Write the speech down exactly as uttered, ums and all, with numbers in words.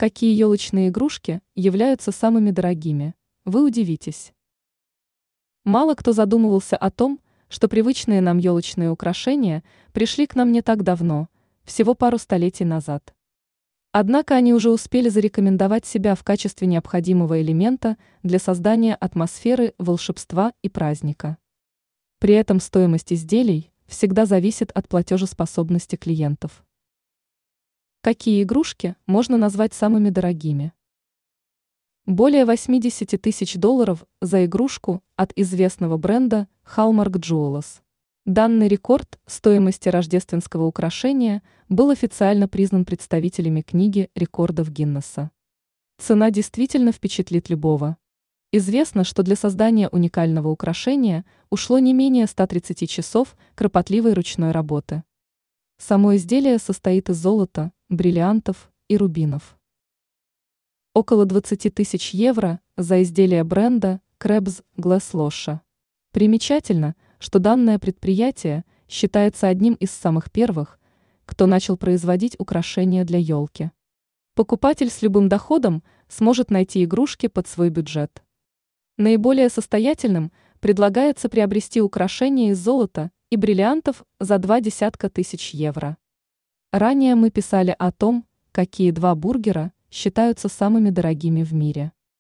Какие елочные игрушки являются самыми дорогими? Вы удивитесь. Мало кто задумывался о том, что привычные нам елочные украшения пришли к нам не так давно, всего пару столетий назад. Однако они уже успели зарекомендовать себя в качестве необходимого элемента для создания атмосферы волшебства и праздника. При этом стоимость изделий всегда зависит от платежеспособности клиентов. Какие игрушки можно назвать самыми дорогими? Более восемьдесят тысяч долларов за игрушку от известного бренда Hallmark Jewels. Данный рекорд стоимости рождественского украшения был официально признан представителями книги рекордов Гиннесса. Цена действительно впечатлит любого. Известно, что для создания уникального украшения ушло не менее ста тридцати часов кропотливой ручной работы. Само изделие состоит из золота, бриллиантов и рубинов. Около двадцати тысяч евро за изделие бренда Krebs Glass Loche. Примечательно, что данное предприятие считается одним из самых первых, кто начал производить украшения для елки. Покупатель с любым доходом сможет найти игрушки под свой бюджет. Наиболее состоятельным предлагается приобрести украшения из золота и бриллиантов за два десятка тысяч евро. Ранее мы писали о том, какие два бургера считаются самыми дорогими в мире.